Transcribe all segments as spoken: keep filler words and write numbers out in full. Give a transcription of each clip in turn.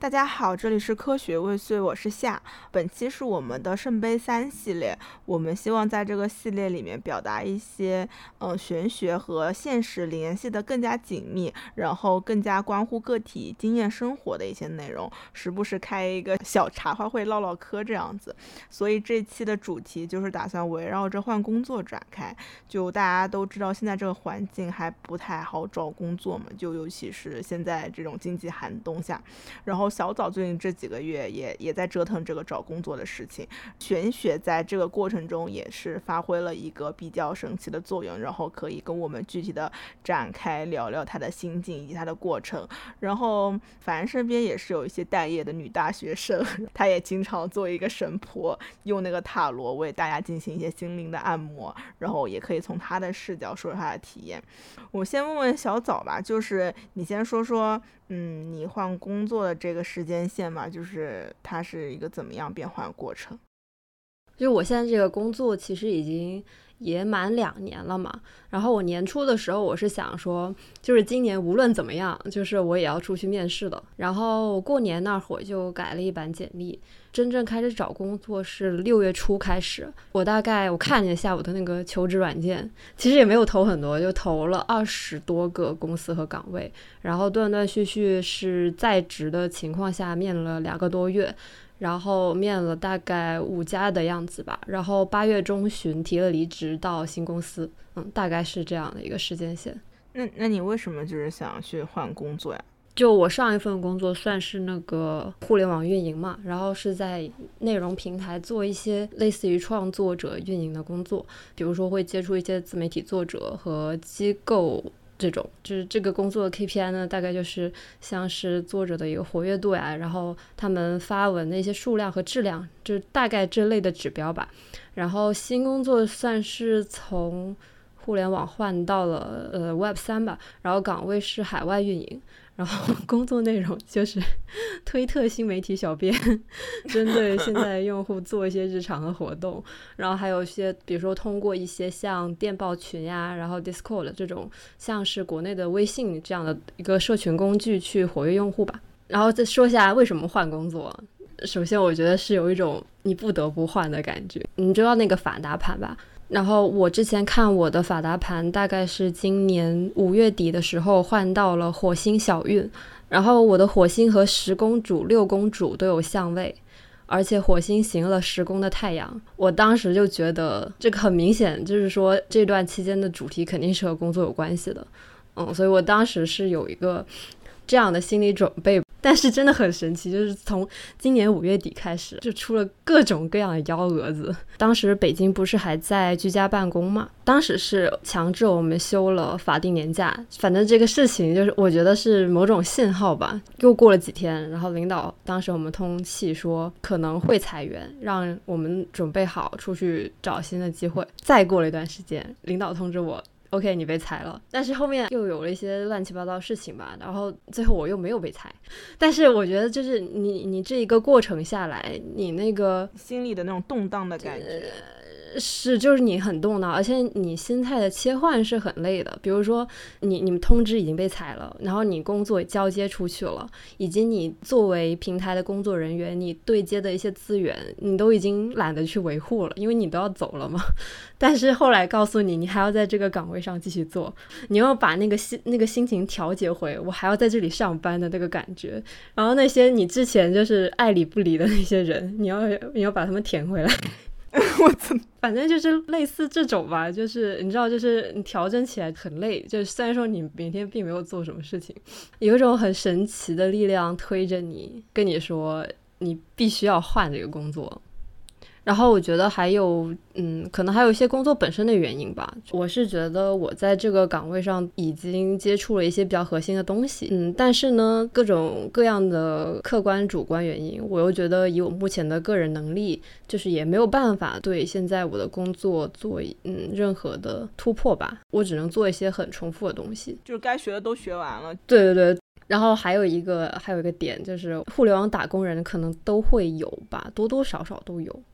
大家好，这里是科学未遂，我是夏。本期是我们的圣杯三系列，我们希望在这个系列里面表达一些呃玄学和现实联系的更加紧密，然后更加关乎个体经验生活的一些内容，时不时开一个小茶话会唠唠嗑这样子。所以这期的主题就是打算围绕着换工作展开。就大家都知道现在这个环境还不太好找工作嘛，就尤其是现在这种经济寒冬下，然后小枣最近这几个月也也在折腾这个找工作的事情，玄学在这个过程中也是发挥了一个比较神奇的作用，然后可以跟我们具体的展开聊聊他的心境以及他的过程。然后反正身边也是有一些待业的女大学生，她也经常做一个神婆，用那个塔罗为大家进行一些心灵的按摩，然后也可以从她的视角说说她的体验。我先问问小枣吧，就是你先说说嗯，你换工作的这个时间线嘛，就是它是一个怎么样变换过程？ 就我现在这个工作其实已经也满两年了嘛，然后我年初的时候我是想说，就是今年无论怎么样，就是我也要出去面试的。然后过年那会儿就改了一版简历，真正开始找工作是六月初开始。我大概我看见下午的那个求职软件，其实也没有投很多，就投了二十多个公司和岗位，然后断断续续是在职的情况下面了两个多月。然后面了大概五家的样子吧，然后八月中旬提了离职到新公司，嗯，大概是这样的一个时间线。 那那你为什么就是想去换工作呀？ 就我上一份工作算是那个互联网运营嘛，然后是在内容平台做一些类似于创作者运营的工作，比如说会接触一些自媒体作者和机构。这种就是这个工作的 K P I 呢，大概就是像是作者的一个活跃度啊，然后他们发文的一些数量和质量，就是大概这类的指标吧。然后新工作算是从互联网换到了呃 Web 三吧，然后岗位是海外运营，然后工作内容就是推特新媒体小编，针对现在用户做一些日常的活动，然后还有一些比如说通过一些像电报群呀，然后 Discord 这种像是国内的微信这样的一个社群工具去活跃用户吧。然后再说一下为什么换工作。首先我觉得是有一种你不得不换的感觉，你知道那个法达盘吧？然后我之前看我的法达盘大概是今年五月底的时候换到了火星小运，然后我的火星和十宫主六宫主都有相位，而且火星行了十宫的太阳。我当时就觉得这个很明显就是说这段期间的主题肯定是和工作有关系的，嗯，所以我当时是有一个这样的心理准备。但是真的很神奇，就是从今年五月底开始就出了各种各样的幺蛾子。当时北京不是还在居家办公嘛，当时是强制我们休了法定年假，反正这个事情就是我觉得是某种信号吧。又过了几天，然后领导当时我们通气说可能会裁员，让我们准备好出去找新的机会。再过了一段时间，领导通知我OK 你被裁了，但是后面又有了一些乱七八糟的事情吧，然后最后我又没有被裁。但是我觉得就是你你这一个过程下来，你那个心里的那种动荡的感觉、 呃、是就是你很动荡，而且你心态的切换是很累的。比如说你你们通知已经被裁了，然后你工作交接出去了，以及你作为平台的工作人员，你对接的一些资源你都已经懒得去维护了，因为你都要走了嘛。但是后来告诉你你还要在这个岗位上继续做，你要把那个心那个心情调节回我还要在这里上班的那个感觉，然后那些你之前就是爱理不理的那些人，你要你要把他们填回来。 我怎么反正就是类似这种吧，就是你知道就是你调整起来很累，就是虽然说你每天并没有做什么事情，有一种很神奇的力量推着你跟你说你必须要换这个工作。然后我觉得还有嗯，可能还有一些工作本身的原因吧。我是觉得我在这个岗位上已经接触了一些比较核心的东西，嗯，但是呢各种各样的客观主观原因，我又觉得以我目前的个人能力就是也没有办法对现在我的工作做嗯任何的突破吧，我只能做一些很重复的东西， 就是该学的都学完了。 对对对。然后还有一个还有一个点就是互联网打工人可能都会有吧，多多少少都有，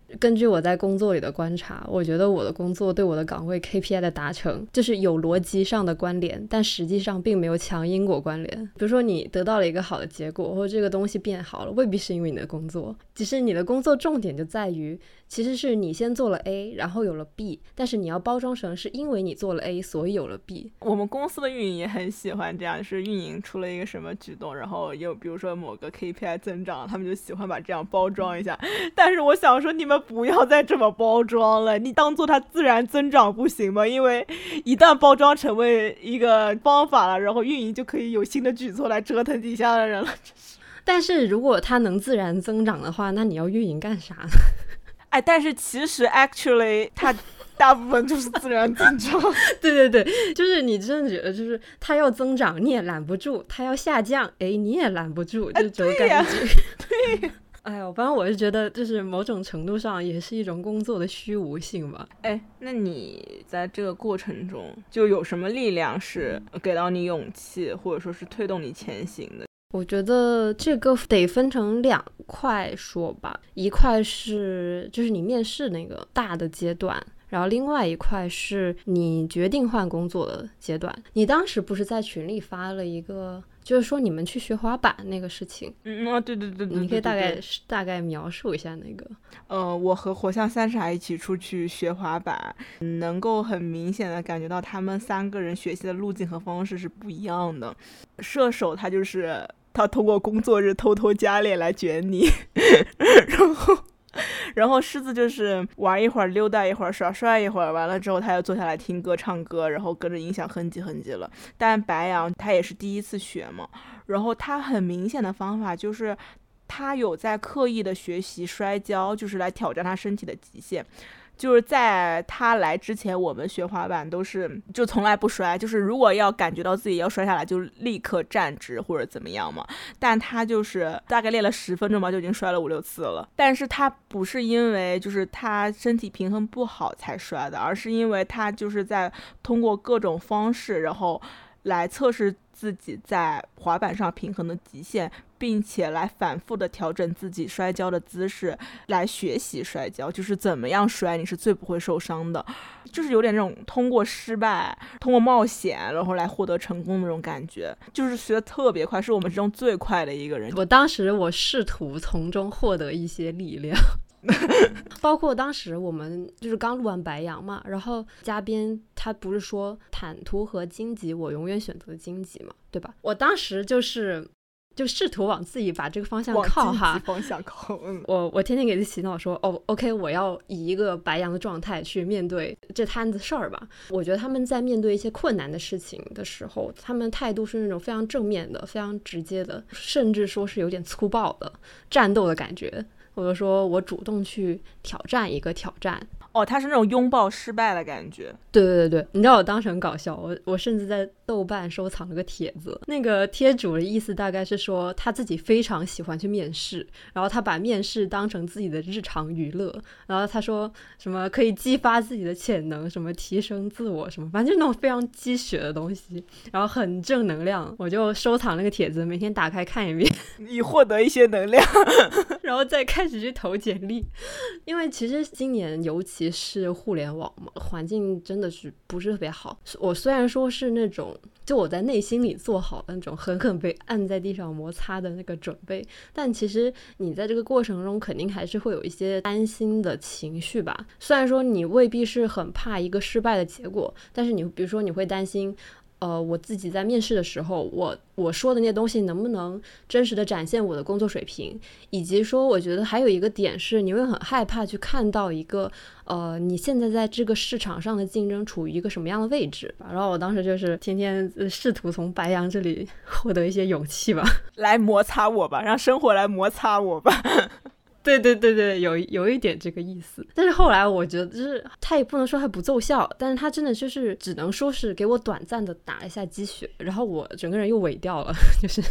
根据我在工作里的观察，我觉得我的工作对我的岗位 K P I 的达成就是有逻辑上的关联，但实际上并没有强因果关联。比如说你得到了一个好的结果，或者这个东西变好了，未必是因为你的工作，只是你的工作重点就在于其实是你先做了 A 然后有了 B， 但是你要包装成是因为你做了 A 所以有了 B。 我们公司的运营也很喜欢这样，是运营出了一个什么举动，然后又比如说某个 K P I 增长，他们就喜欢把这样包装一下。但是我想说你们不要再这么包装了，你当做它自然增长不行吗？因为一旦包装成为一个方法了，然后运营就可以有新的举措来折腾底下的人了。 但是如果它能自然增长的话，那你要运营干啥呢？ 哎，但是其实 actually 它大部分就是自然增长。 对对对，就是你真的觉得就是它要增长你也拦不住，它要下降哎你也拦不住，就这种感觉。 对呀， 哎呦，反正我是觉得就是某种程度上也是一种工作的虚无性吧。 哎，那你在这个过程中就有什么力量是给到你勇气，或者说是推动你前行的？ 我觉得这个得分成两块说吧，一块是就是你面试那个大的阶段，然后另外一块是你决定换工作的阶段。你当时不是在群里发了一个就是说你们去学滑板那个事情？ 嗯啊，对对对 对, 对, 对, 对， 你可以大概大概描述一下那个。 呃，我和火象三傻一起出去学滑板，能够很明显的感觉到他们三个人学习的路径和方式是不一样的。射手他就是他通过工作日偷偷加练来卷你，然后。然后狮子就是玩一会儿溜达一会儿耍帅一会儿，完了之后他又坐下来听歌唱歌，然后跟着音响哼唧哼唧了。但白羊他也是第一次学嘛，然后他很明显的方法就是他有在刻意的学习摔跤，就是来挑战他身体的极限。就是在他来之前，我们学滑板都是就从来不摔，就是如果要感觉到自己要摔下来就立刻站直或者怎么样嘛。但他就是大概练了十分钟吧，就已经摔了五六次了。但是他不是因为就是他身体平衡不好才摔的，而是因为他就是在通过各种方式，然后来测试自己在滑板上平衡的极限，并且来反复的调整自己摔跤的姿势，来学习摔跤，就是怎么样摔你是最不会受伤的，就是有点那种通过失败通过冒险然后来获得成功的那种感觉，就是学得特别快，是我们之中最快的一个人。 我当时我试图从中获得一些力量包括当时我们就是刚录完白羊嘛，然后嘉宾他不是说坦途和荆棘我永远选择荆棘嘛，对吧？我当时就是就试图往自己把这个方向靠哈， 往方向靠。嗯， 我我天天给自己洗脑说，哦 ，OK， 我要以一个白羊的状态去面对这摊子事儿吧。我觉得他们在面对一些困难的事情的时候，他们态度是那种非常正面的、非常直接的，甚至说是有点粗暴的战斗的感觉。或者说我主动去挑战一个挑战。 哦，他是那种拥抱失败的感觉。 对对对，你知道我当时很搞笑，我我甚至在豆瓣收藏了个帖子，那个贴主的意思大概是说他自己非常喜欢去面试，然后他把面试当成自己的日常娱乐，然后他说什么可以激发自己的潜能，什么提升自我什么，反正就那种非常鸡血的东西，然后很正能量。我就收藏那个帖子，每天打开看一遍， 以获得一些能量然后再开始去投简历。因为其实今年尤其是互联网嘛，环境真的是不是特别好。我虽然说是那种就我在内心里做好那种狠狠被按在地上摩擦的那个准备，但其实你在这个过程中肯定还是会有一些担心的情绪吧。虽然说你未必是很怕一个失败的结果，但是你比如说你会担心呃，我自己在面试的时候，我我说的那些东西能不能真实的展现我的工作水平，以及说我觉得还有一个点是你会很害怕去看到一个呃你现在在这个市场上的竞争处于一个什么样的位置。然后我当时就是天天试图从白羊这里获得一些勇气吧， 来摩擦我吧，让生活来摩擦我吧对对对对，有有一点这个意思。但是后来我觉得就是他也不能说他不奏效，但是他真的就是只能说是给我短暂的打了一下鸡血，然后我整个人又萎掉了就是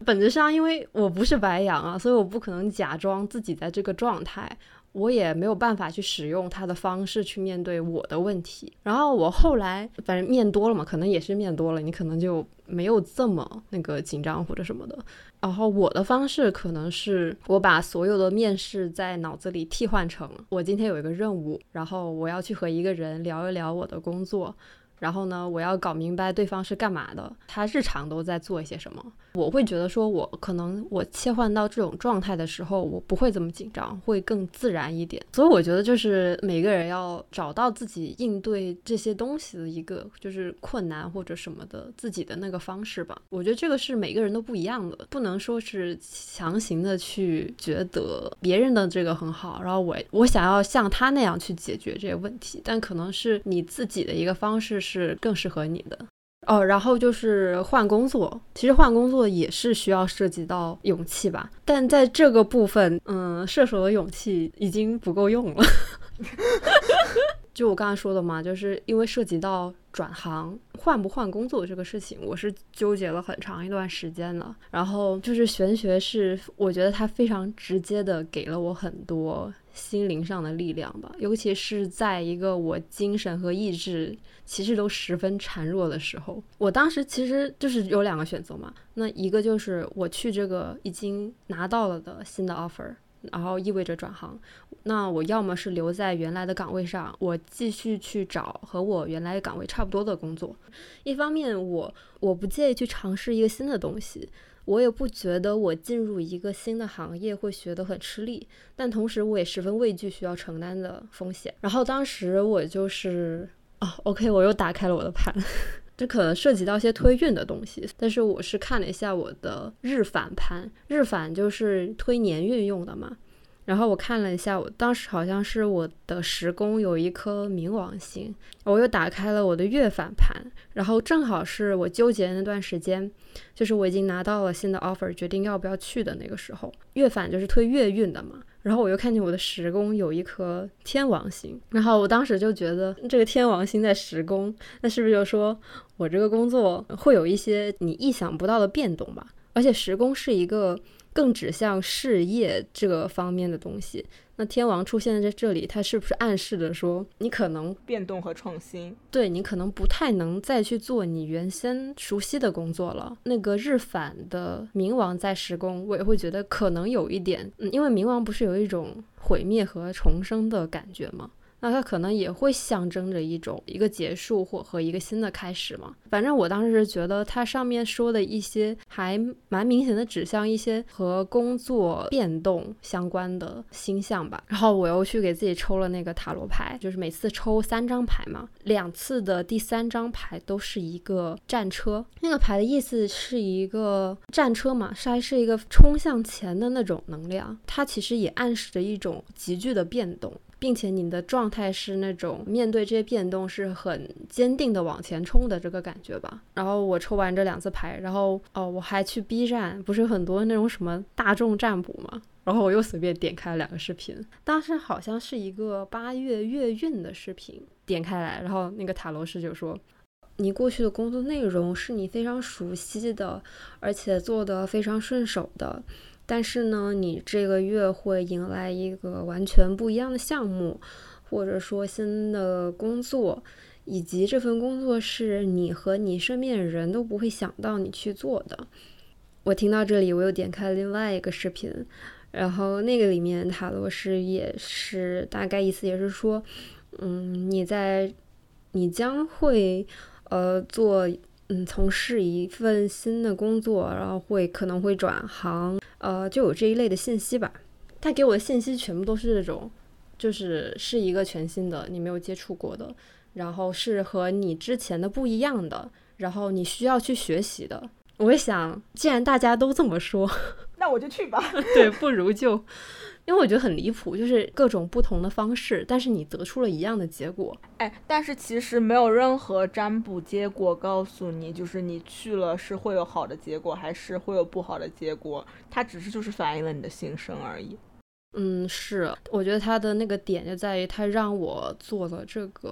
本质上因为我不是白羊啊，所以我不可能假装自己在这个状态，我也没有办法去使用他的方式去面对我的问题。然后我后来反正面多了嘛，可能也是面多了，你可能就没有这么那个紧张或者什么的。然后我的方式可能是我把所有的面试在脑子里替换成我今天有一个任务，然后我要去和一个人聊一聊我的工作，然后呢我要搞明白对方是干嘛的，他日常都在做一些什么。我会觉得说我可能我切换到这种状态的时候我不会这么紧张，会更自然一点。所以我觉得就是每个人要找到自己应对这些东西的一个就是困难或者什么的自己的那个方式吧。我觉得这个是每个人都不一样的，不能说是强行的去觉得别人的这个很好，然后我我想要像他那样去解决这些问题，但可能是你自己的一个方式是更适合你的。哦，然后就是换工作，其实换工作也是需要涉及到勇气吧，但在这个部分嗯，射手的勇气已经不够用了就我刚才说的嘛，就是因为涉及到转行换不换工作这个事情，我是纠结了很长一段时间了。然后就是玄学是我觉得它非常直接的给了我很多心灵上的力量吧，尤其是在一个我精神和意志其实都十分孱弱的时候。我当时其实就是有两个选择嘛，那一个就是我去这个已经拿到了的新的 offer，然后意味着转行，那我要么是留在原来的岗位上，我继续去找和我原来岗位差不多的工作。一方面我我不介意去尝试一个新的东西，我也不觉得我进入一个新的行业会学得很吃力，但同时我也十分畏惧需要承担的风险。然后当时我就是哦 OK 我又打开了我的盘这可能涉及到一些推运的东西，但是我是看了一下我的日反盘，日反就是推年运用的嘛。然后我看了一下，我当时好像是我的时宫有一颗冥王星，我又打开了我的月反盘，然后正好是我纠结那段时间，就是我已经拿到了新的 offer， 决定要不要去的那个时候。月反就是推月运的嘛，然后我又看见我的时宫有一颗天王星，然后我当时就觉得这个天王星在时宫，那是不是就说我这个工作会有一些你意想不到的变动吧？而且时宫是一个更指向事业这个方面的东西，那天王出现在这里，它是不是暗示着说你可能变动和创新， 对，你可能不太能再去做你原先熟悉的工作了。那个日反的冥王在时宫，我也会觉得可能有一点嗯，因为冥王不是有一种毁灭和重生的感觉吗？那它可能也会象征着一种一个结束或和一个新的开始嘛。反正我当时是觉得它上面说的一些还蛮明显的指向一些和工作变动相关的星象吧。然后我又去给自己抽了那个塔罗牌，就是每次抽三张牌嘛，两次的第三张牌都是一个战车，那个牌的意思是一个战车嘛，是还是一个冲向前的那种能量，它其实也暗示着一种急剧的变动，并且你的状态是那种面对这些变动是很坚定的往前冲的这个感觉吧。然后我抽完这两次牌，然后哦，我还去 B 站，不是很多那种什么大众占卜嘛，然后我又随便点开了两个视频，当时好像是一个八月月运的视频，点开来，然后那个塔罗师就说你过去的工作内容是你非常熟悉的，而且做得非常顺手的，但是呢你这个月会迎来一个完全不一样的项目，或者说新的工作，以及这份工作是你和你身边的人都不会想到你去做的。我听到这里，我又点开另外一个视频，然后那个里面塔罗师也是大概意思也是说嗯，你在你将会呃做嗯从事一份新的工作，然后会可能会转行，呃就有这一类的信息吧。他给我的信息全部都是这种，就是是一个全新的你没有接触过的，然后是和你之前的不一样的，然后你需要去学习的。我也想既然大家都这么说那我就去吧对，不如就因为我觉得很离谱，就是各种不同的方式，但是你得出了一样的结果。 哎，但是其实没有任何占卜结果告诉你就是你去了是会有好的结果还是会有不好的结果，它只是就是反映了你的心声而已。 嗯，是，我觉得它的那个点就在于它让我做了这个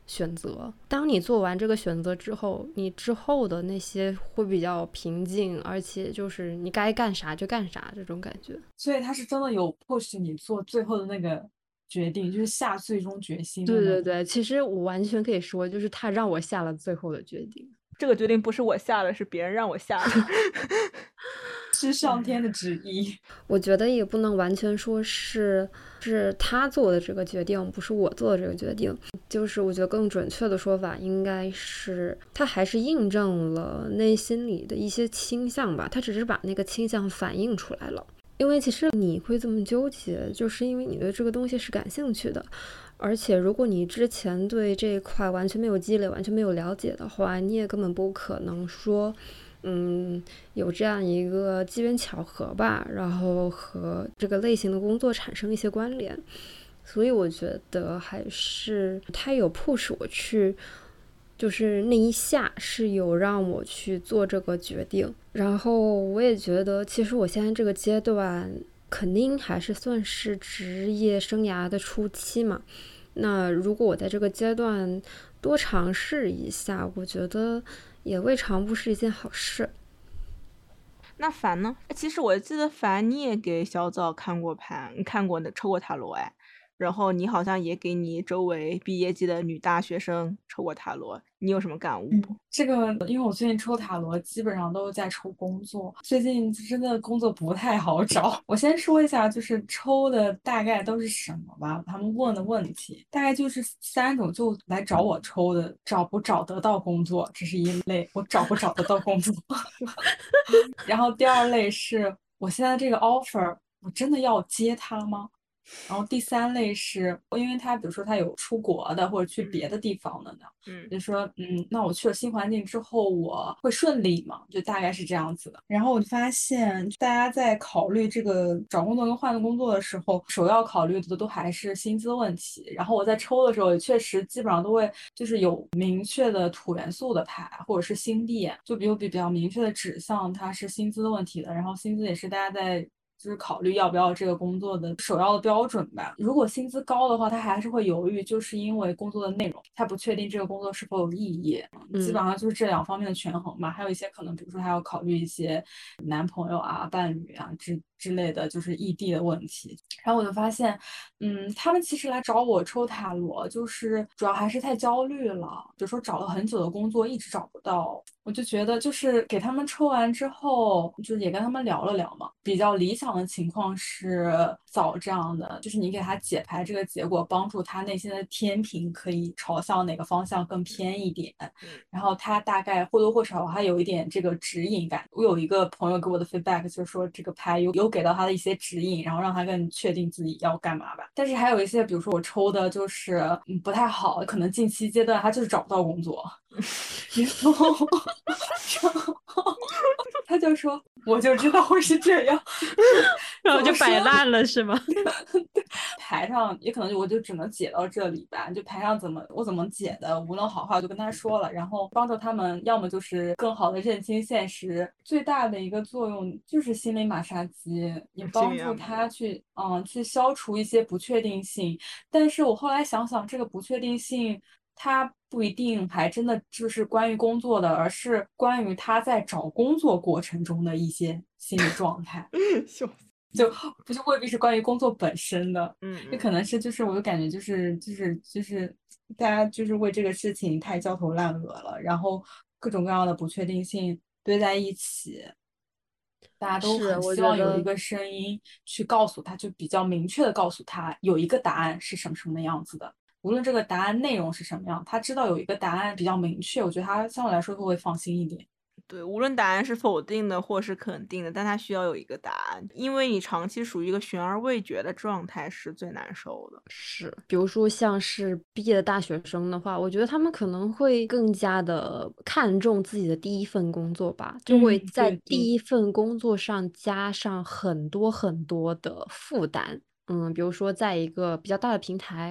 选择。当你做完这个选择之后，你之后的那些会比较平静，而且就是你该干啥就干啥这种感觉。 所以他是真的有 push 你做最后的那个决定，就是下最终决心的那种。 对对对，其实我完全可以说，就是他让我下了最后的决定。 这个决定不是我下的，是别人让我下的。 是上天的旨意。 我觉得也不能完全说是是他做的这个决定，不是我做的这个决定。就是我觉得更准确的说法应该是，他还是印证了内心里的一些倾向吧，他只是把那个倾向反映出来了。因为其实你会这么纠结，就是因为你对这个东西是感兴趣的。而且如果你之前对这一块完全没有积累，完全没有了解的话，你也根本不可能说嗯，有这样一个机缘巧合吧，然后和这个类型的工作产生一些关联。所以我觉得还是他有 push 我去，就是那一下是有让我去做这个决定。然后我也觉得其实我现在这个阶段肯定还是算是职业生涯的初期嘛，那如果我在这个阶段多尝试一下，我觉得也未尝不是一件好事。 那凡呢？其实我记得凡你也给小枣看过盘，你看过那抽过塔罗哎，然后你好像也给你周围毕业季的女大学生抽过塔罗，你有什么感悟不？ 嗯，这个因为我最近抽塔罗基本上都是在抽工作，最近真的工作不太好找。我先说一下，就是抽的大概都是什么吧，他们问的问题大概就是三种，就来找我抽的，找不找得到工作，这是一类，我找不找得到工作。然后第二类是我现在这个 offer 我真的要接它吗？然后第三类是因为他比如说他有出国的或者去别的地方的呢， 嗯， 就说嗯，那我去了新环境之后我会顺利吗？就大概是这样子的。然后我就发现大家在考虑这个找工作跟换工作的时候，首要考虑的都还是薪资问题。然后我在抽的时候也确实基本上都会就是有明确的土元素的牌或者是星币，就比如比较明确的指向它是薪资问题的，然后薪资也是大家在就是考虑要不要这个工作的首要的标准吧。如果薪资高的话，他还是会犹豫，就是因为工作的内容，他不确定这个工作是否有意义。 嗯、 基本上就是这两方面的权衡吧。还有一些可能，比如说还要考虑一些男朋友啊、伴侣啊之之类的，就是异地的问题。然后我就发现，嗯，他们其实来找我抽塔罗，就是主要还是太焦虑了，比如说找了很久的工作一直找不到。我就觉得，就是给他们抽完之后，就是也跟他们聊了聊嘛。比较理想的情况是早这样的，就是你给他解牌这个结果，帮助他内心的天平可以朝向哪个方向更偏一点。然后他大概或多或少还有一点这个指引感。我有一个朋友给我的 feedback 就是说，这个牌有有给到他的一些指引，然后让他更确定自己要干嘛吧。但是还有一些，比如说我抽的就是嗯不太好，可能近期阶段他就是找不到工作。然后，然后他就说，我就知道会是这样， 然后就摆烂了是吗？ 牌上也可能就我就只能解到这里吧，就牌上怎么我怎么解的，无论好坏我就跟他说了，然后帮助他们，要么就是更好的认清现实，最大的一个作用就是心理马杀鸡，也帮助他去嗯去消除一些不确定性。但是我后来想想，这个不确定性它不一定还真的就是关于工作的，而是关于他在找工作过程中的一些心理状态。就不是未必是关于工作本身的， 嗯， 也可能是就是我就感觉就是就是就是大家就是为这个事情太焦头烂额了，然后各种各样的不确定性堆在一起，大家都很希望有一个声音去告诉他，就比较明确的告诉他有一个答案是什么什么样子的，无论这个答案内容是什么样，他知道有一个答案比较明确，我觉得他相对来说会会放心一点。 对，无论答案是否定的或是肯定的，但它需要有一个答案，因为你长期属于一个悬而未决的状态是最难受的。 是，比如说像是毕业的大学生的话，我觉得他们可能会更加的看重自己的第一份工作吧，就会在第一份工作上加上很多很多的负担。嗯，比如说在一个比较大的平台，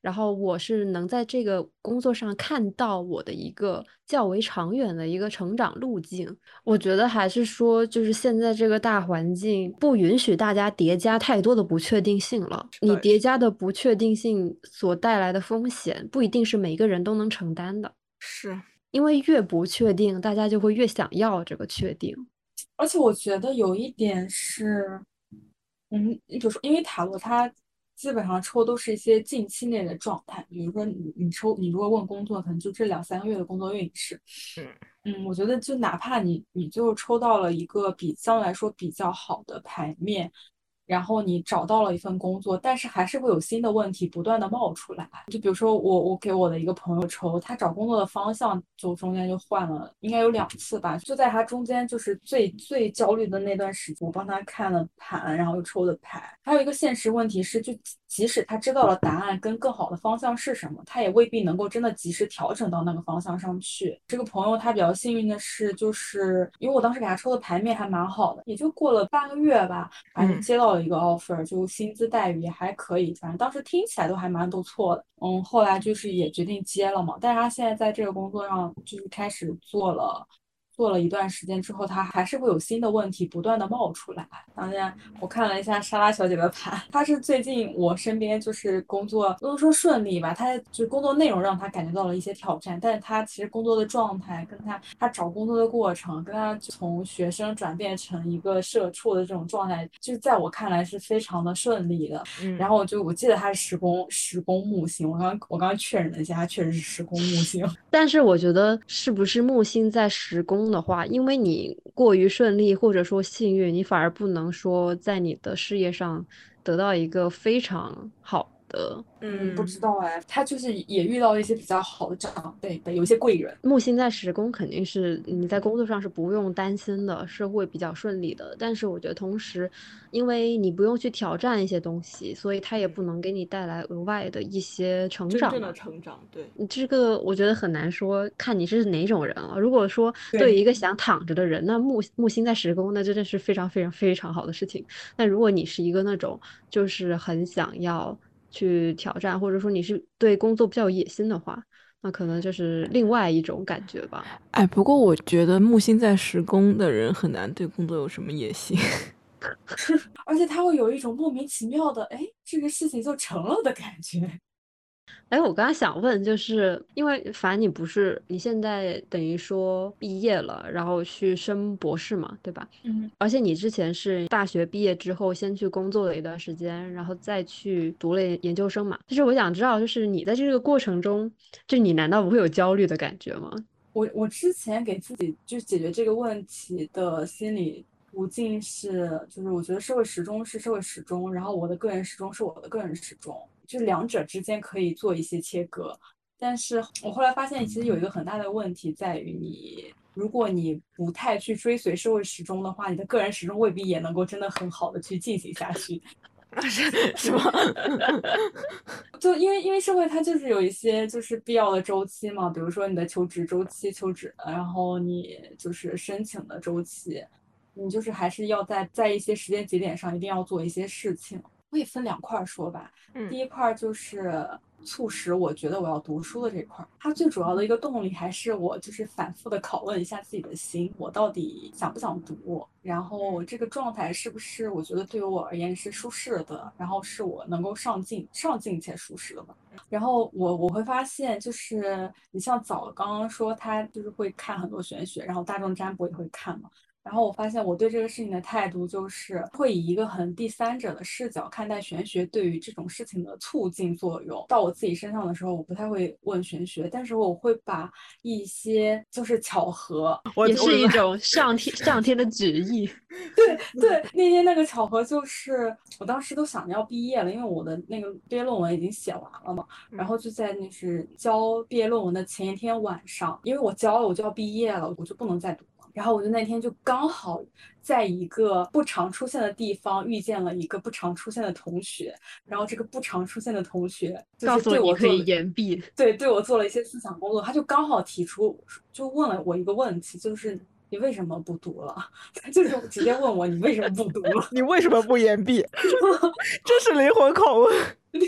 然后我是能在这个工作上看到我的一个较为长远的一个成长路径。我觉得还是说，就是现在这个大环境不允许大家叠加太多的不确定性了。你叠加的不确定性所带来的风险，不一定是每个人都能承担的。 是因为越不确定，大家就会越想要这个确定。 而且我觉得有一点是，嗯，你比如说，因为塔罗它基本上抽都是一些近期内的状态，比如说你你抽，你如果问工作，可能就这两三个月的工作运势。 嗯嗯，我觉得就哪怕你你最后抽到了一个比相对来说比较好的牌面，然后你找到了一份工作，但是还是会有新的问题不断的冒出来。就比如说我我给我的一个朋友抽，他找工作的方向就中间就换了，应该有两次吧。就在他中间就是最最焦虑的那段时间，我帮他看了盘，然后又抽的牌。还有一个现实问题是，就即使他知道了答案跟更好的方向是什么，他也未必能够真的及时调整到那个方向上去。这个朋友他比较幸运的是，就是因为我当时给他抽的牌面还蛮好的，也就过了半个月吧，反正就接到了一个 offer，、嗯、就薪资待遇也还可以，反正当时听起来都还蛮不错的。嗯，后来就是也决定接了嘛，但是他现在在这个工作上就是开始做了。做了一段时间之后，他还是会有新的问题不断的冒出来。当然，我看了一下莎拉小姐的盘，她是最近我身边就是工作不能说顺利吧，她就工作内容让她感觉到了一些挑战，但是她其实工作的状态跟她她找工作的过程，跟她从学生转变成一个社畜的这种状态，就是在我看来是非常的顺利的。嗯、然后我就我记得她是十宫十宫木星，我刚我刚刚确认了一下，她确实是十宫木星。 但是我觉得是不是木星在十宫的话，因为你过于顺利或者说幸运，你反而不能说在你的事业上得到一个非常好的。 嗯，不知道哎，他就是也遇到了一些比较好的长辈，有一些贵人。 木星在十宫肯定是你在工作上是不用担心的，是会比较顺利的。但是我觉得同时，因为你不用去挑战一些东西，所以它也不能给你带来额外的一些成长。 真正的成长，对， 这个我觉得很难说，看你是哪种人啊。如果说对于一个想躺着的人，那木木星在十宫，那真的是非常非常非常好的事情。那如果你是一个那种就是很想要去挑战，或者说你是对工作比较有野心的话，那可能就是另外一种感觉吧。 哎，不过我觉得木星在十宫的人很难对工作有什么野心， 而且他会有一种莫名其妙的，哎，这个事情就成了的感觉。 哎，我刚刚想问，就是因为凡你不是你现在等于说毕业了，然后去升博士嘛，对吧？ 嗯， 而且你之前是大学毕业之后先去工作了一段时间，然后再去读了研究生嘛。就是我想知道，就是你在这个过程中，就你难道不会有焦虑的感觉吗？ 我我之前给自己就解决这个问题的心理途径是，就是我觉得社会时钟是社会时钟，然后我的个人时钟是我的个人时钟。就两者之间可以做一些切割，但是我后来发现，其实有一个很大的问题在于你，如果你不太去追随社会时钟的话，你的个人时钟未必也能够真的很好的去进行下去。 是是吗？ 就因为因为社会它就是有一些就是必要的周期嘛，比如说你的求职周期、求职，然后你就是申请的周期，你就是还是要在在一些时间节点上一定要做一些事情。可以分两块说吧， 嗯、 第一块就是促使我觉得我要读书的这块，它最主要的一个动力还是我就是反复的拷问一下自己的心，我到底想不想读，然后这个状态是不是我觉得对于我而言是舒适的，然后是我能够上进上进且舒适的嘛。然后我我会发现，就是你像早刚刚说他就是会看很多玄学，然后大众占卜也会看嘛。然后我发现我对这个事情的态度就是会以一个很第三者的视角看待玄学对于这种事情的促进作用。到我自己身上的时候，我不太会问玄学，但是我会把一些就是巧合， 也是一种上天上天的旨意。 对对，那天那个巧合就是我当时都想着要毕业了，因为我的那个毕业论文已经写完了嘛，然后就在那是交毕业论文的前一天晚上，因为我交了我就要毕业了，我就不能再读。然后我就那天就刚好在一个不常出现的地方遇见了一个不常出现的同学，然后这个不常出现的同学就是对我可以延毕， 对对我做了一些思想工作，他就刚好提出就问了我一个问题，就是你为什么不读了？他就是直接问我你为什么不读了？ 你为什么不延毕？这是灵魂拷问。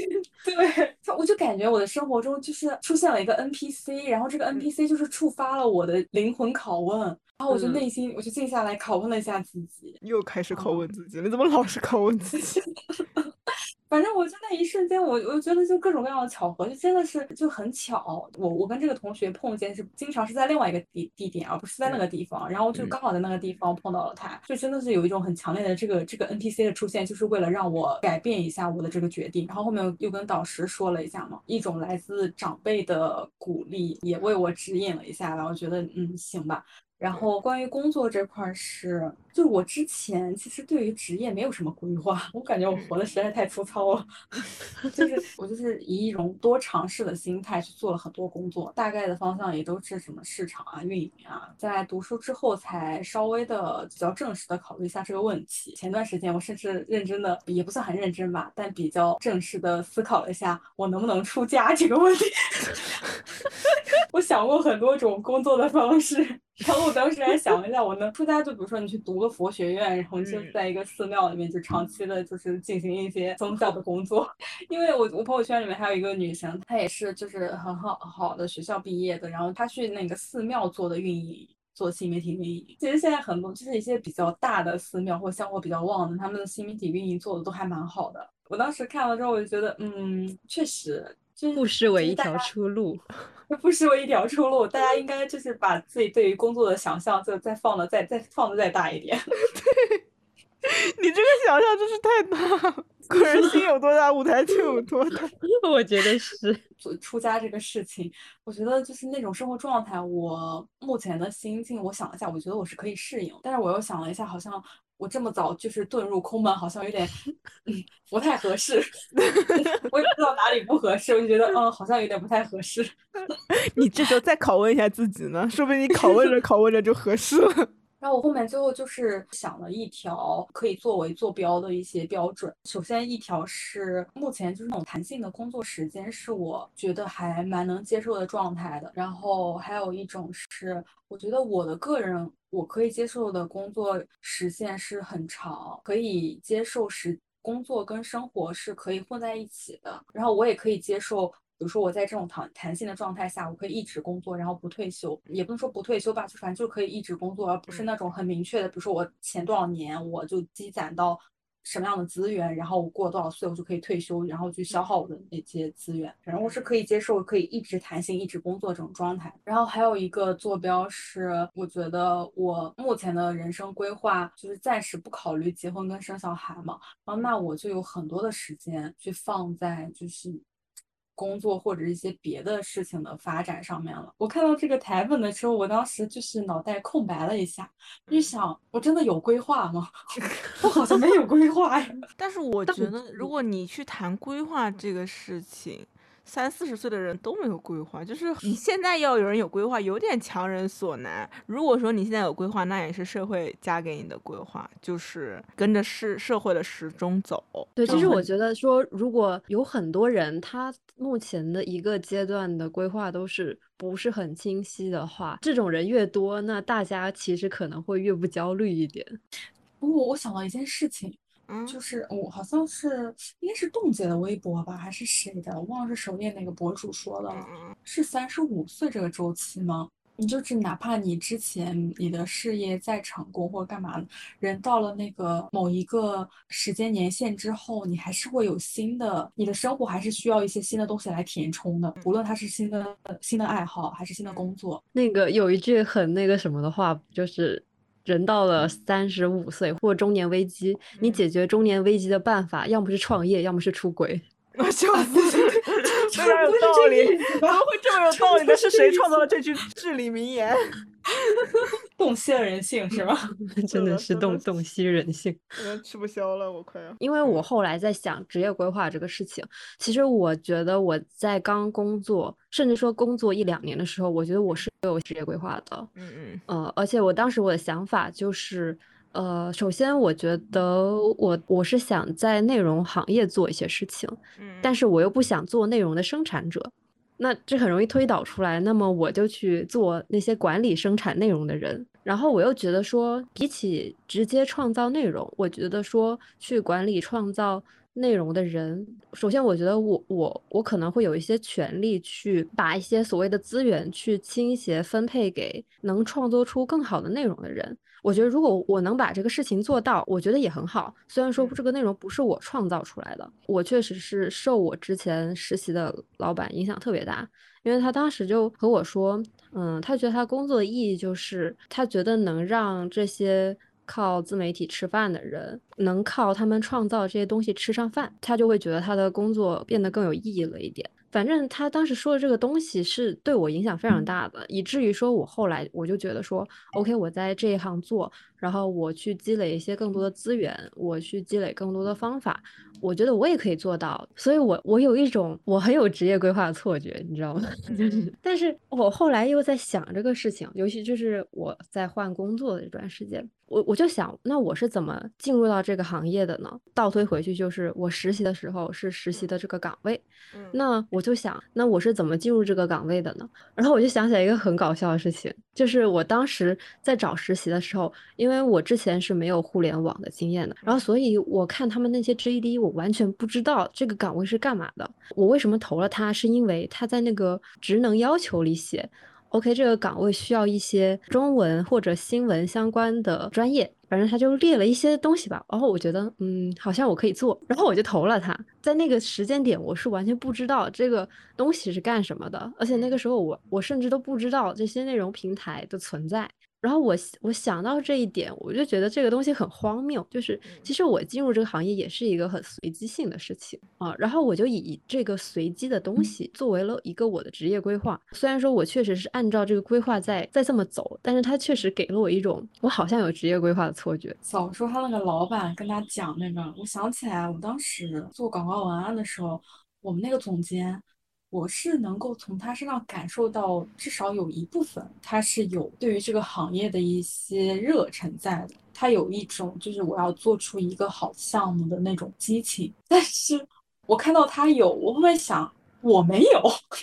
对，就我就感觉我的生活中就是出现了一个 N P C，然后这个 N P C 就是触发了我的灵魂拷问，然后我就内心我就静下来拷问了一下自己， 又开始拷嗯问自己，你怎么老是拷问自己？ 反正我就那一瞬间，我我觉得就各种各样的巧合，就真的是就很巧。我我跟这个同学碰见是经常是在另外一个地地点，而不是在那个地方，然后就刚好在那个地方碰到了他，就真的是有一种很强烈的这个这个 N P C 的出现，就是为了让我改变一下我的这个决定。然后后面又跟导师说了一下嘛，一种来自长辈的鼓励，也为我指引了一下，然后觉得嗯行吧。然后关于工作这块是，就是我之前其实对于职业没有什么规划，我感觉我活的实在太粗糙了。就是我就是以一种多尝试的心态去做了很多工作，大概的方向也都是什么市场啊、运营啊。在读书之后才稍微的比较正式的考虑一下这个问题。前段时间我甚至认真的，也不算很认真吧，但比较正式的思考了一下我能不能出家这个问题。我想过很多种工作的方式，然后我当时还想了一下，我能出家就比如说你去读个佛学院，然后你就在一个寺庙里面就长期的就是进行一些宗教的工作。因为我我朋友圈里面还有一个女生，她也是就是很好好的学校毕业的，然后她去那个寺庙做的运营。做新媒体运营，其实现在很多就是一些比较大的寺庙或香火比较旺的，他们的新媒体运营做的都还蛮好的。我当时看了之后，我就觉得，嗯，确实，就是不失为一条就是大家出路。 不失为一条出路。大家应该就是把自己对于工作的想象，就再放的再再放的再大一点。 你这个想象真是太大了，个人心有多大，舞台就有多大。 我觉得是。 做出家这个事情，我觉得就是那种生活状态，我目前的心境，我想了一下，我觉得我是可以适应。但是我又想了一下，好像我这么早就是遁入空门，好像有点嗯不太合适。我也不知道哪里不合适，我就觉得嗯好像有点不太合适。 你这时候再拷问一下自己呢，说不定你拷问着拷问着就合适了。 然后我后面最后就是想了一条可以作为坐标的一些标准。首先一条是目前就是那种弹性的工作时间，是我觉得还蛮能接受的状态的。然后还有一种是，我觉得我的个人我可以接受的工作时限是很长，可以接受时工作跟生活是可以混在一起的。然后我也可以接受。比如说我在这种弹弹性的状态下，我可以一直工作，然后不退休，也不能说不退休吧，就反正就可以一直工作，而不是那种很明确的，比如说我前多少年我就积攒到什么样的资源，然后我过多少岁我就可以退休，然后去消耗我的那些资源。反正我是可以接受可以一直弹性、一直工作这种状态。然后还有一个坐标是，我觉得我目前的人生规划就是暂时不考虑结婚跟生小孩嘛，然后那我就有很多的时间去放在就是工作或者一些别的事情的发展上面了。我看到这个台本的时候，我当时就是脑袋空白了一下，就想我真的有规划吗？我好像没有规划呀。 但是我觉得，如果你去谈规划这个事情，三四十岁的人都没有规划，就是你现在要有人有规划，有点强人所难。如果说你现在有规划，那也是社会加给你的规划，就是跟着社社会的时钟走。 对，其实我觉得说，如果有很多人他目前的一个阶段的规划都是不是很清晰的话，这种人越多，那大家其实可能会越不焦虑一点。 不过我想到一件事情。 嗯， 就是我好像是应该是冻姐的微博吧，还是谁的？我忘了是首页哪个博主说的了。是三十五岁这个周期吗？你就是哪怕你之前你的事业再成功或者干嘛的，人到了那个某一个时间年限之后，你还是会有新的，你的生活还是需要一些新的东西来填充的，无论它是新的新的爱好还是新的工作。 那个有一句很那个什么的话，就是人到了三十五岁或中年危机，你解决中年危机的办法，要么是创业，要么是出轨。 我笑死了，非常有道理，怎么会这么有道理呢？是谁创造了这句至理名言？ 洞悉了人性是吧？ 真的是洞洞悉人性， 吃不消了，我快要。 因为我后来在想职业规划这个事情，其实我觉得我在刚工作，甚至说工作一两年的时候，我觉得我是有职业规划的。 嗯嗯。 呃，而且我当时我的想法就是，呃，首先我觉得我我是想在内容行业做一些事情，但是我又不想做内容的生产者。那这很容易推导出来，那么我就去做那些管理生产内容的人。然后我又觉得说，比起直接创造内容，我觉得说去管理创造内容的人，首先我觉得我我我可能会有一些权利去把一些所谓的资源去倾斜分配给能创作出更好的内容的人。我觉得如果我能把这个事情做到，我觉得也很好。虽然说这个内容不是我创造出来的，我确实是受我之前实习的老板影响特别大，因为他当时就和我说，嗯，他觉得他工作的意义就是他觉得能让这些靠自媒体吃饭的人能靠他们创造这些东西吃上饭，他就会觉得他的工作变得更有意义了一点。反正他当时说的这个东西是对我影响非常大的，以至于说我后来我就觉得说 OK， 我在这一行做，然后我去积累一些更多的资源，我去积累更多的方法，我觉得我也可以做到。所以我我有一种我很有职业规划的错觉，你知道吗？就是但是我后来又在想这个事情，尤其就是我在换工作的这段时间，我我就想，那我是怎么进入到这个行业的呢？倒推回去，就是我实习的时候是实习的这个岗位，那我就想，那我是怎么进入这个岗位的呢？然后我就想起来一个很搞笑的事情，就是我当时在找实习的时候，因为我之前是没有互联网的经验的，然后所以我看他们那些 J D，我完全不知道这个岗位是干嘛的。我为什么投了它，是因为他在那个职能要求里写，OK，这个岗位需要一些中文或者新闻相关的专业，反正他就列了一些东西吧。然后我觉得，嗯，好像我可以做，然后我就投了他。在那个时间点，我是完全不知道这个东西是干什么的，而且那个时候我我甚至都不知道这些内容平台的存在。然后我我想到这一点，我就觉得这个东西很荒谬。就是其实我进入这个行业也是一个很随机性的事情啊，然后我就以这个随机的东西作为了一个我的职业规划。虽然说我确实是按照这个规划在在这么走，但是它确实给了我一种我好像有职业规划的错觉。 早说他那个老板跟他讲那个，我想起来，我当时做广告文案的时候，我们那个总监，我是能够从他身上感受到，至少有一部分他是有对于这个行业的一些热忱在的，他有一种就是我要做出一个好项目的那种激情。但是我看到他有，我会想我没有，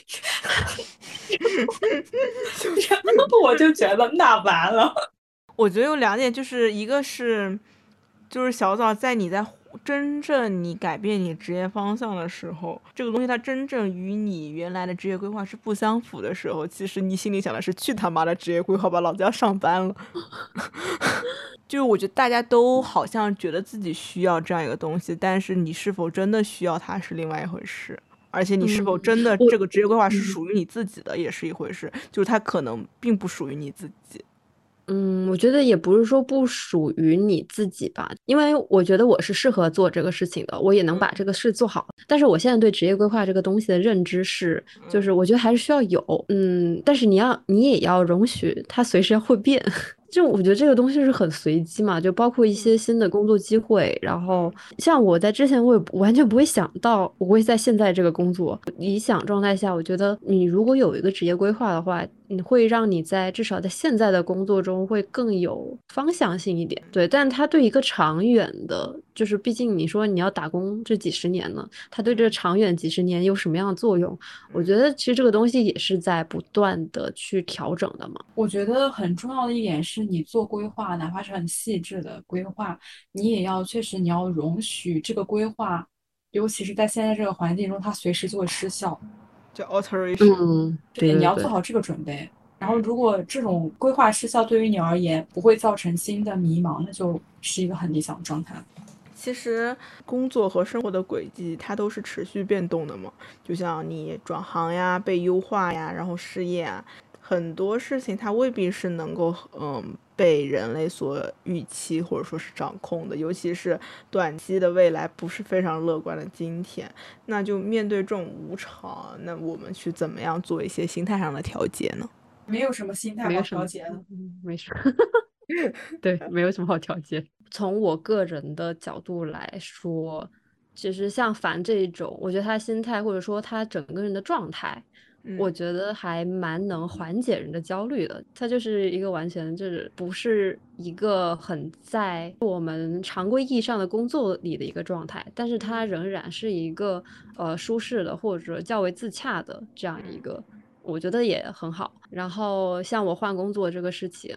然后我就觉得那完了。 我觉得有两点，就是一个是，就是小枣在你在真正你改变你职业方向的时候，这个东西它真正与你原来的职业规划是不相符的时候，其实你心里想的是去他妈的职业规划吧，老子要上班了。就是我觉得大家都好像觉得自己需要这样一个东西，但是你是否真的需要它是另外一回事。而且你是否真的这个职业规划是属于你自己的也是一回事，就是它可能并不属于你自己。 嗯，我觉得也不是说不属于你自己吧，因为我觉得我是适合做这个事情的，我也能把这个事做好。但是我现在对职业规划这个东西的认知是，就是我觉得还是需要有，嗯，但是你要你也要容许它随时会变。就我觉得这个东西是很随机嘛，就包括一些新的工作机会，然后像我在之前我也完全不会想到我会在现在这个工作理想状态下，我觉得你如果有一个职业规划的话，你会让你在至少在现在的工作中会更有方向性一点。对，但它对一个长远的，就是毕竟你说你要打工这几十年呢，它对这个长远几十年有什么样的作用？我觉得其实这个东西也是在不断的去调整的嘛。 我觉得很重要的一点是你做规划，哪怕是很细致的规划，你也要确实你要容许这个规划，尤其是在现在这个环境中，它随时就会失效。 叫 alteration。 嗯，对对，你对对。 要做好这个准备。然后，如果这种规划失效对于你而言不会造成新的迷茫，那就是一个很理想的状态。 其实工作和生活的轨迹它都是持续变动的嘛，就像你转行呀、被优化呀，然后失业啊，很多事情它未必是能够嗯被人类所预期或者说是掌控的，尤其是短期的未来不是非常乐观的今天。那就面对这种无常，那我们去怎么样做一些心态上的调节呢？ 没有什么心态好没有什么， 调节的。 嗯，没事。对，没有什么好调节。从我个人的角度来说，其实像凡这种，我觉得他心态或者说他整个人的状态，我觉得还蛮能缓解人的焦虑的。他就是一个完全就是不是一个很在我们常规意义上的工作里的一个状态，但是他仍然是一个呃舒适的或者较为自洽的这样一个。我觉得也很好。然后像我换工作这个事情，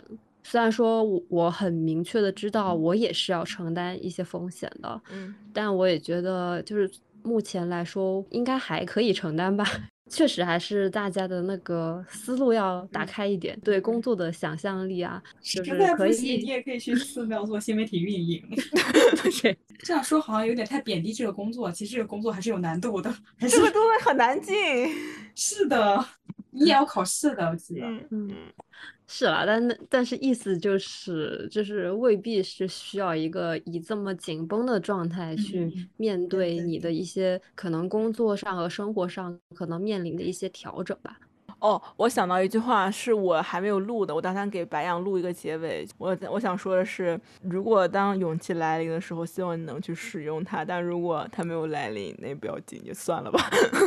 虽然说我我很明确的知道我也是要承担一些风险的， 嗯， 但我也觉得就是目前来说应该还可以承担吧。确实还是大家的那个思路要打开一点，嗯、对工作的想象力啊，就是可以。 实在不行，你也可以去寺庙做新媒体运营。 对， 这样说好像有点太贬低这个工作，其实这个工作还是有难度的，还是这个东西很难进。 是的，你也要考试的，我记得。 嗯嗯。是啦，但但是意思就是就是未必是需要一个以这么紧绷的状态去面对你的一些可能工作上和生活上可能面临的一些调整吧。 哦，我想到一句话是我还没有录的，我打算给白羊录一个结尾。我我想说的是，如果当勇气来临的时候，希望你能去使用它；但如果它没有来临，那不要紧，就算了吧。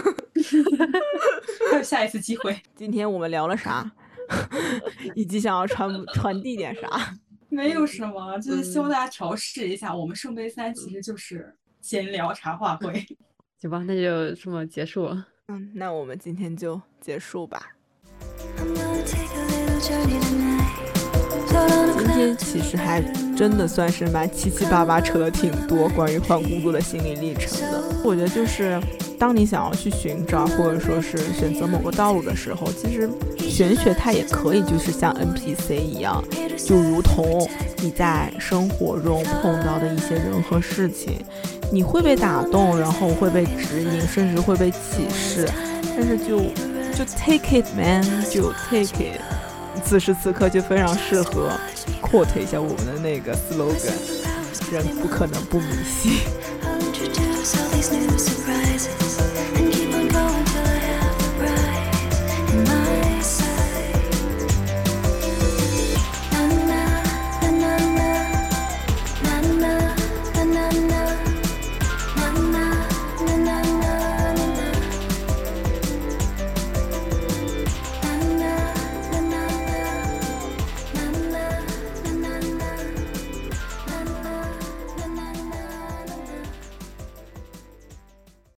还有下一次机会。 今天我们聊了啥？以及想要传传递点啥？ 没有什么，就是希望大家调试一下。嗯、我们圣杯三其实就是闲聊茶话会。 行吧，那就这么结束了。 嗯，那我们今天就结束吧。今天其实还真的算是蛮七七八八扯了挺多关于换工作的心理历程的。我觉得就是当你想要去寻找或者说是选择某个道路的时候，其实玄学它也可以就是像 N P C 一样，就如同你在生活中碰到的一些人和事情，你会被打动，然后会被指引，甚至会被启示，但是就就 take it man， 就 take it。此时此刻就非常适合 quote 一下我们的那个 slogan， 人不可能不迷信。